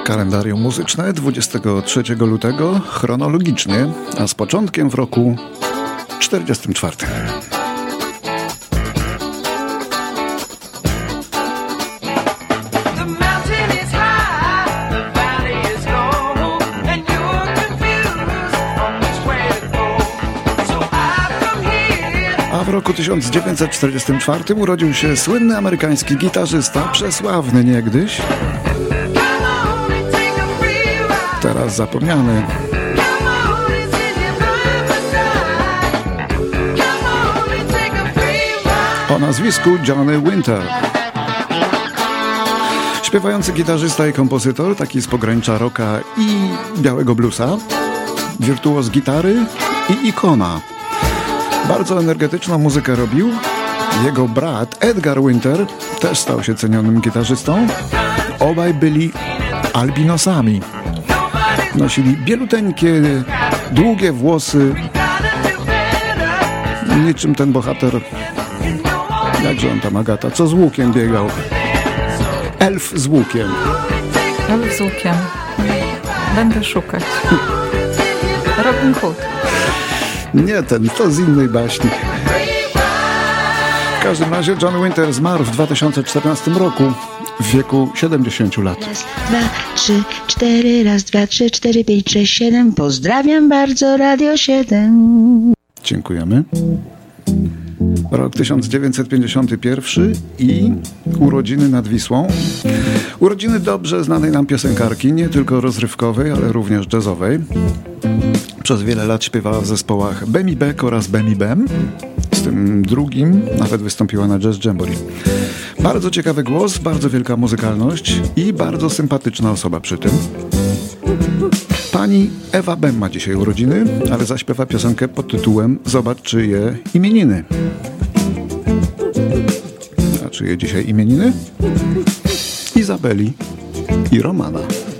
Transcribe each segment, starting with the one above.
Kalendarium muzyczne 23 lutego chronologicznie, a z początkiem w roku 44. A w roku 1944 urodził się słynny amerykański gitarzysta, przesławny niegdyś, teraz zapomniany. O nazwisku Johnny Winter. Śpiewający gitarzysta i kompozytor, taki z pogranicza rocka i białego bluesa, wirtuoz gitary i ikona. Bardzo energetyczną muzykę robił. Jego brat Edgar Winter też stał się cenionym gitarzystą. Obaj byli albinosami. Nosili bieluteńkie, długie włosy. Niczym ten bohater, jakże on tam, Agata, co z łukiem biegał. Elf z łukiem. Elf z łukiem. Będę szukać. Robin Hood. Nie ten, to z innej baśni. W każdym razie John Winter zmarł w 2014 roku w wieku 70 lat. Raz, 2, 3, 4, raz, 2, 3, 4, 5, 6, 7. Pozdrawiam bardzo Radio 7. Dziękujemy. Rok 1951 i urodziny nad Wisłą. Urodziny dobrze znanej nam piosenkarki, nie tylko rozrywkowej, ale również jazzowej. Przez wiele lat śpiewała w zespołach Bemi Beck oraz Bemi Bem. Z tym drugim nawet wystąpiła na Jazz Jamboree. Bardzo ciekawy głos, bardzo wielka muzykalność i bardzo sympatyczna osoba przy tym. Pani Ewa Bem ma dzisiaj urodziny, ale zaśpiewa piosenkę pod tytułem Zobacz, czyje imieniny. A czyje dzisiaj imieniny? Izabeli i Romana.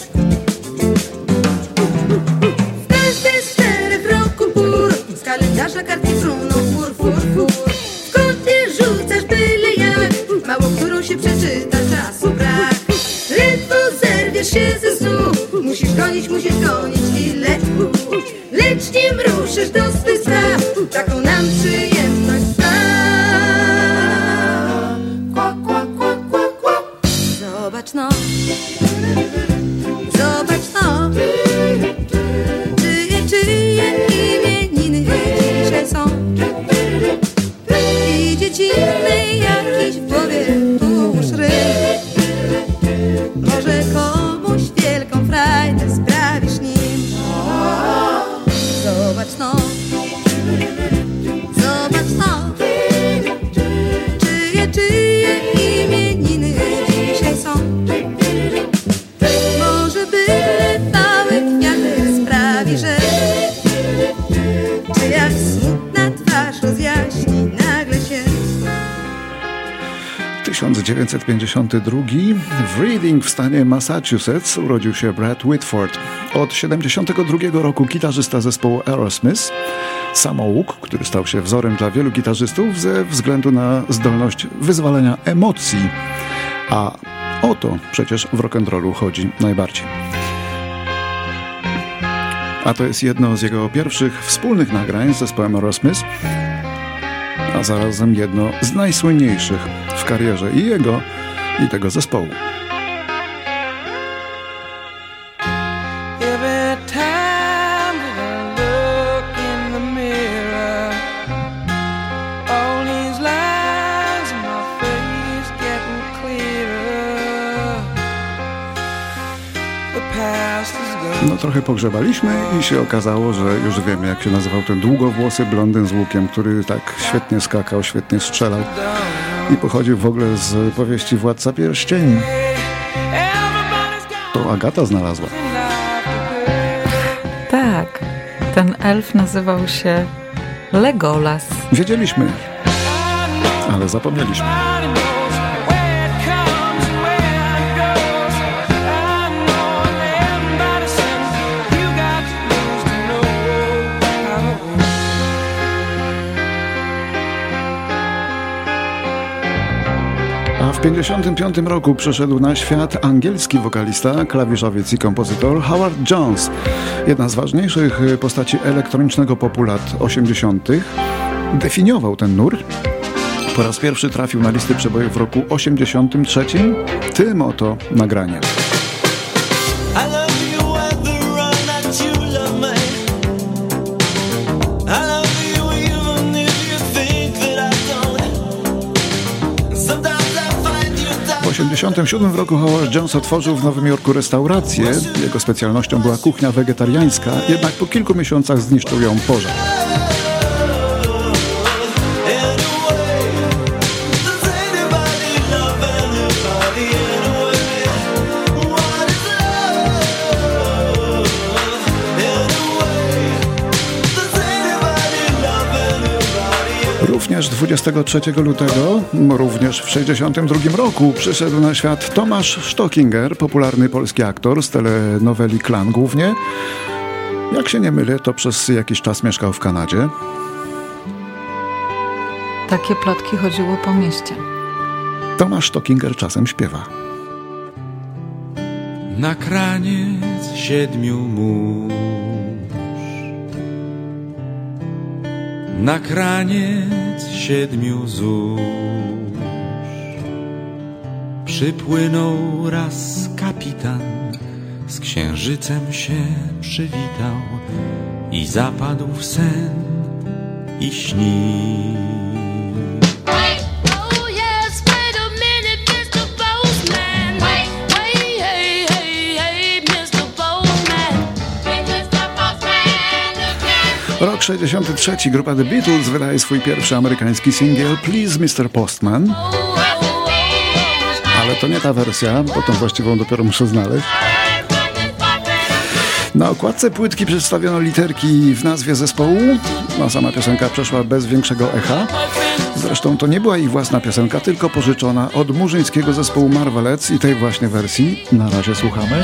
Z kalendarza kartki fruną, fur, fur, fur. W kąty rzucasz byle jak, mało którą się przeczyta, czasu brak. Ledwo zerwiesz się ze snu, musisz gonić i lecz nim ruszysz do swych spraw, taką nam przyjemność spraw. Kwa, kwa, kwa, kwa, kwa. Zobacz no, czyje imieniny dzisiaj są. I dziecinny jakiś w głowie tłuszcz ryb. Może komuś wielką frajdę sprawisz nim. Zobacz no, czyje imieniny dzisiaj są. Może byle mały kwiatek sprawi, że czy jak smutna twarz rozjaśni nagle się. 1952 w Reading w stanie Massachusetts urodził się Brad Whitford. Od 1972 roku gitarzysta zespołu Aerosmith, samouk, który stał się wzorem dla wielu gitarzystów ze względu na zdolność wyzwalania emocji. A o to przecież w rock'n'rollu chodzi najbardziej. A to jest jedno z jego pierwszych wspólnych nagrań z zespołem Aerosmith, a zarazem jedno z najsłynniejszych w karierze i jego, i tego zespołu. No trochę pogrzebaliśmy i się okazało, że już wiemy, jak się nazywał ten długowłosy blondyn z łukiem, który tak świetnie skakał, świetnie strzelał i pochodził w ogóle z powieści Władca Pierścieni. To Agata znalazła. Tak, ten elf nazywał się Legolas. Wiedzieliśmy, ale zapomnieliśmy. W 1955 roku przyszedł na świat angielski wokalista, klawiszowiec i kompozytor Howard Jones. Jedna z ważniejszych postaci elektronicznego popu lat 80. Definiował ten nurt. Po raz pierwszy trafił na listy przebojów w roku 83 tym oto nagraniem. W 1987 roku Howard Jones otworzył w Nowym Jorku restaurację. Jego specjalnością była kuchnia wegetariańska, jednak po kilku miesiącach zniszczył ją pożar. Również 23 lutego, również w 1962 roku przyszedł na świat Tomasz Stockinger, popularny polski aktor z telenoweli Klan głównie. Jak się nie mylę, to przez jakiś czas mieszkał w Kanadzie. Takie plotki chodziły po mieście. Tomasz Stockinger czasem śpiewa. Na kraniec 7 mórz, na kraniec 7 zórz przypłynął raz kapitan, z księżycem się przywitał i zapadł w sen i śni. Rok 63. Grupa The Beatles wydaje swój pierwszy amerykański singiel Please Mr. Postman. Ale to nie ta wersja, bo tą właściwą dopiero muszę znaleźć. Na okładce płytki przedstawiono literki w nazwie zespołu, a sama piosenka przeszła bez większego echa. Zresztą to nie była ich własna piosenka, tylko pożyczona od murzyńskiego zespołu Marvelettes i tej właśnie wersji na razie słuchamy.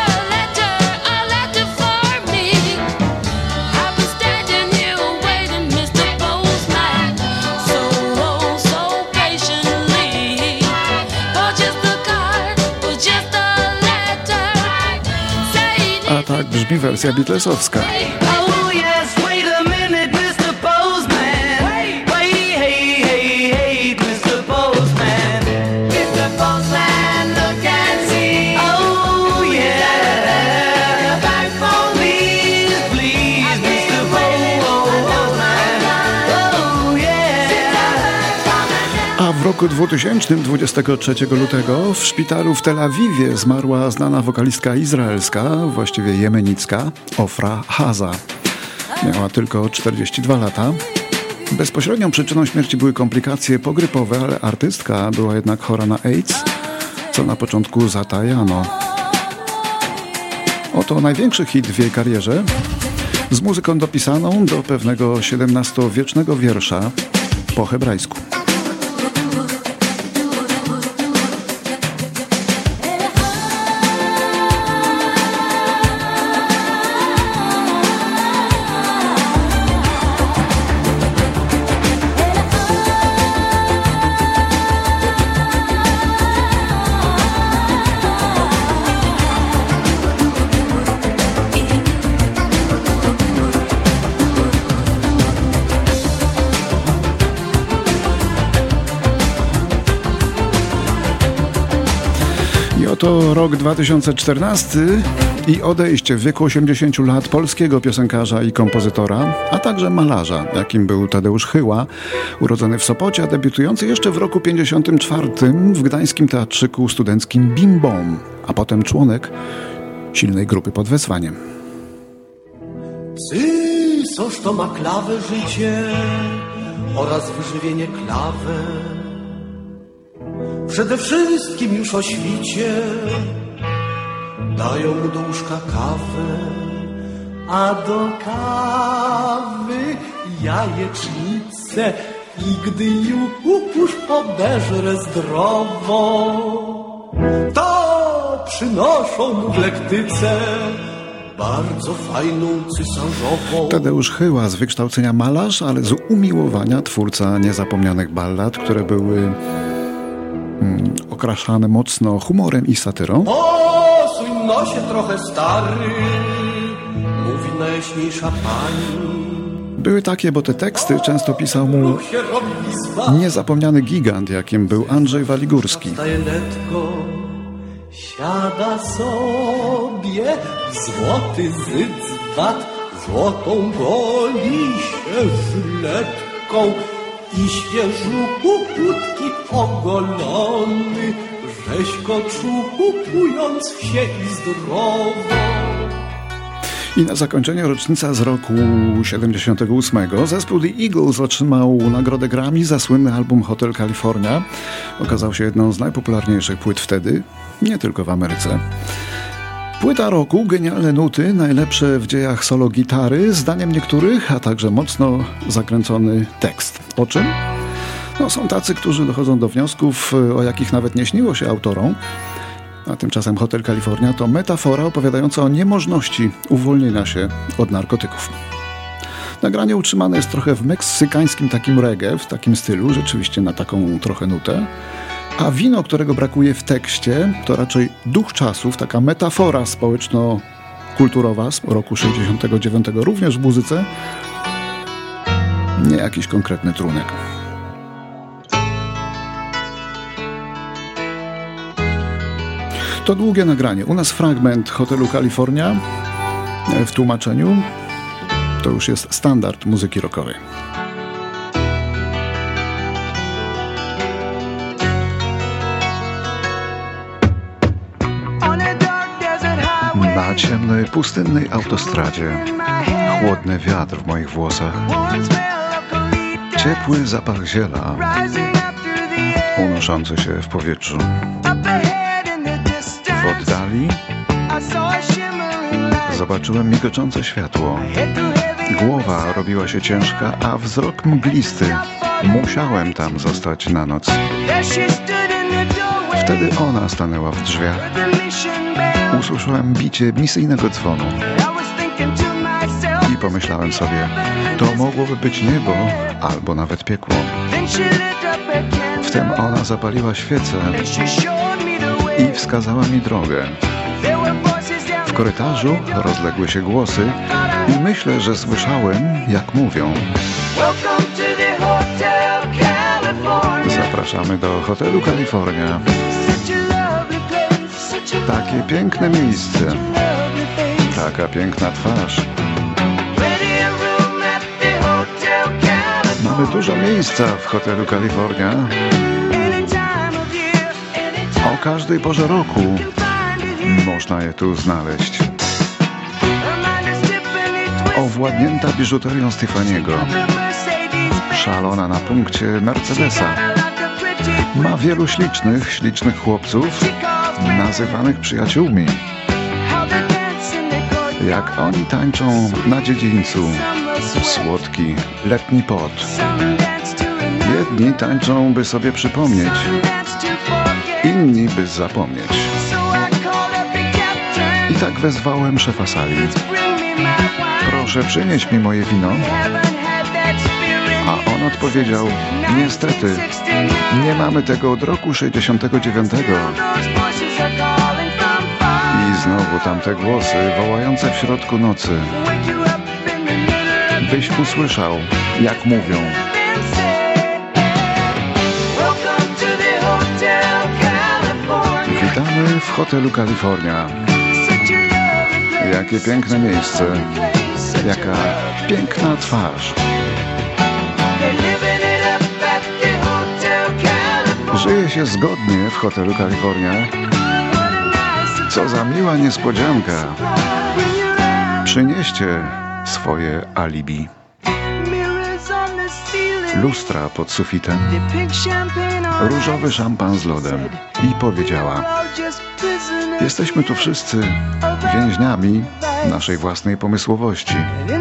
A tak brzmi wersja Beatlesowska. W roku 2000, 23 lutego, w szpitalu w Tel Awiwie zmarła znana wokalistka izraelska, właściwie jemenicka, Ofra Haza. Miała tylko 42 lata. Bezpośrednią przyczyną śmierci były komplikacje pogrypowe, ale artystka była jednak chora na AIDS, co na początku zatajano. Oto największy hit w jej karierze, z muzyką dopisaną do pewnego XVII-wiecznego wiersza po hebrajsku. To rok 2014 i odejście w wieku 80 lat polskiego piosenkarza i kompozytora, a także malarza, jakim był Tadeusz Chyła, urodzony w Sopocie, a debiutujący jeszcze w roku 54 w gdańskim teatrzyku studenckim Bim Bom, a potem członek silnej grupy pod wezwaniem. Coż to ma klawę życie oraz wyżywienie klawy. Przede wszystkim już o świcie dają mu do łóżka kawę, a do kawy jajecznicę i gdy już podeżre zdrowo, to przynoszą mu w lektyce bardzo fajną cysarzową. Tadeusz Chyła, z wykształcenia malarz, ale z umiłowania twórca niezapomnianych ballad, które były okraszane mocno humorem i satyrą. O, suń nosie trochę stary, mówi najjaśniejsza pani. Były takie, bo te teksty często pisał mu Się robi izba, niezapomniany gigant, jakim był Andrzej Waligórski. staje letko, siada sobie złoty zydzwat, złotą goli się żyletką i świeżutki ogolony, rzeźko kupując się i zdrowo. I na zakończenie rocznica z roku 78 zespół The Eagles otrzymał nagrodę Grammy za słynny album Hotel California. Okazał się jedną z najpopularniejszych płyt wtedy, nie tylko w Ameryce. Płyta roku, genialne nuty, najlepsze w dziejach solo gitary, zdaniem niektórych, a także mocno zakręcony tekst. O czym? No, są tacy, którzy dochodzą do wniosków, o jakich nawet nie śniło się autorom. A tymczasem Hotel California to metafora opowiadająca o niemożności uwolnienia się od narkotyków. Nagranie utrzymane jest trochę w meksykańskim takim reggae, w takim stylu, rzeczywiście na taką trochę nutę. A wino, którego brakuje w tekście, to raczej duch czasów, taka metafora społeczno-kulturowa z roku 69, również w muzyce, nie jakiś konkretny trunek. To długie nagranie. U nas fragment Hotelu California w tłumaczeniu to już jest standard muzyki rockowej. Na ciemnej, pustynnej autostradzie chłodny wiatr w moich włosach, ciepły zapach ziela unoszący się w powietrzu. W oddali zobaczyłem migoczące światło. Głowa robiła się ciężka, a wzrok mglisty. Musiałem tam zostać na noc. Wtedy ona stanęła w drzwiach. Usłyszałem bicie misyjnego dzwonu. I pomyślałem sobie, to mogłoby być niebo, albo nawet piekło. Wtem ona zapaliła świecę i wskazała mi drogę. W korytarzu rozległy się głosy i myślę, że słyszałem, jak mówią. Zapraszamy do Hotelu California. Takie piękne miejsce. Taka piękna twarz. Mamy dużo miejsca w Hotelu California. O każdej porze roku można je tu znaleźć. Owładnięta biżuterią Stefaniego, szalona na punkcie Mercedesa. Ma wielu ślicznych chłopców, nazywanych przyjaciółmi. Jak oni tańczą na dziedzińcu, słodki, letni pot. Jedni tańczą, by sobie przypomnieć, inni by zapomnieć. I tak wezwałem szefa sali. Proszę przynieść mi moje wino. A on odpowiedział, niestety, nie mamy tego od roku 69. I znowu tamte głosy wołające w środku nocy. Byś usłyszał, jak mówią. Witamy w Hotelu California. Jakie piękne miejsce. Jaka piękna twarz. Żyje się zgodnie w Hotelu California. Co za miła niespodzianka. Przynieście swoje alibi. Lustra pod sufitem, różowy szampan z lodem i powiedziała: jesteśmy tu wszyscy więźniami naszej własnej pomysłowości.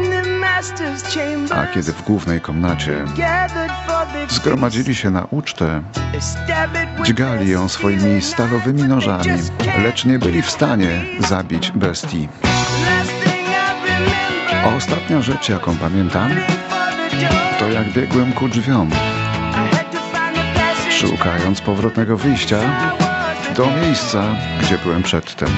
A kiedy w głównej komnacie zgromadzili się na ucztę, dźgali ją swoimi stalowymi nożami, lecz nie byli w stanie zabić bestii. A ostatnia rzecz, jaką pamiętam, to jak biegłem ku drzwiom. szukając powrotnego wyjścia do miejsca, gdzie byłem przedtem.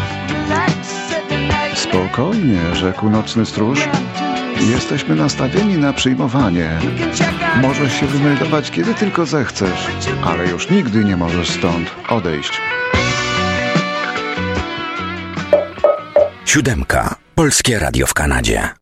Spokojnie, rzekł nocny stróż. Jesteśmy nastawieni na przyjmowanie. Możesz się wymeldować, kiedy tylko zechcesz, ale już nigdy nie możesz stąd odejść. 7. Polskie Radio w Kanadzie.